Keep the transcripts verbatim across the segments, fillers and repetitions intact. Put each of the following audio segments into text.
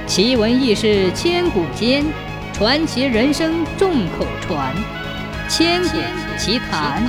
奇闻异事千古间，传奇人生众口传。千古奇谈。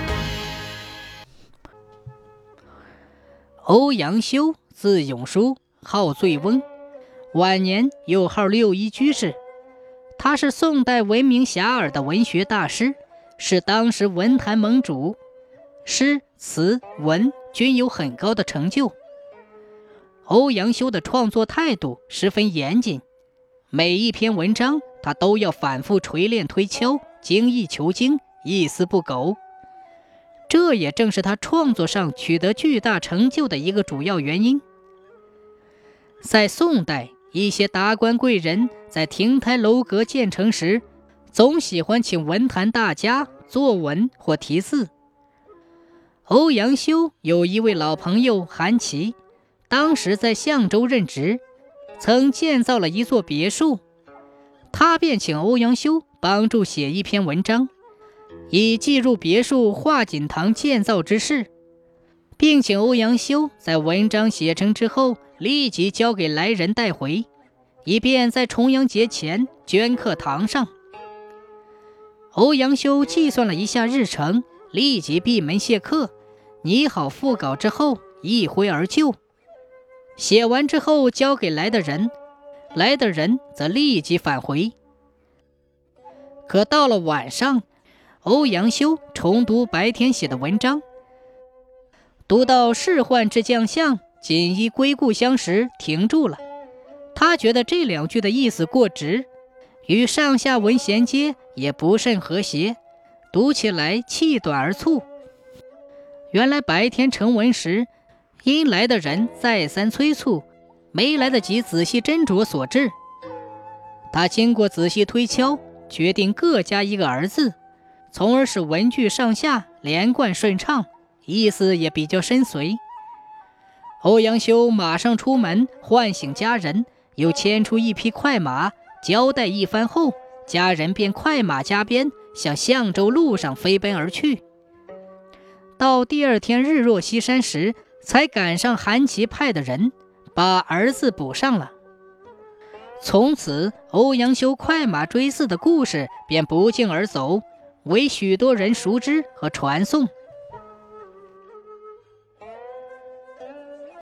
欧阳修，字永叔，号醉翁，晚年又号六一居士。他是宋代闻名遐迩的文学大师，是当时文坛盟主，诗词文均有很高的成就。欧阳修的创作态度十分严谨，每一篇文章他都要反复锤炼推敲，精益求精，一丝不苟。这也正是他创作上取得巨大成就的一个主要原因。在宋代，一些达官贵人在亭台楼阁建成时，总喜欢请文坛大家作文或题字。欧阳修有一位老朋友韩琦，当时在相州任职，曾建造了一座别墅，他便请欧阳修帮助写一篇文章，以记录别墅华锦堂建造之事，并请欧阳修在文章写成之后立即交给来人带回，以便在重阳节前镌刻堂上。欧阳修计算了一下日程，立即闭门谢客，拟好副稿之后一挥而就。写完之后交给来的人，来的人则立即返回。可到了晚上，欧阳修重读白天写的文章，读到仕宦之将相，锦衣归故乡时停住了。他觉得这两句的意思过直，与上下文衔接也不甚和谐，读起来气短而促。原来白天成文时，因来的人再三催促，没来得及仔细斟酌所致。他经过仔细推敲，决定各加一个儿字，从而使文句上下连贯顺畅，意思也比较深邃。欧阳修马上出门唤醒家人，又牵出一匹快马，交代一番后，家人便快马加鞭向相州路上飞奔而去。到第二天日落西山时，才赶上韩琦派的人把儿子补上了。从此欧阳修快马追字的故事便不胫而走，为许多人熟知和传颂。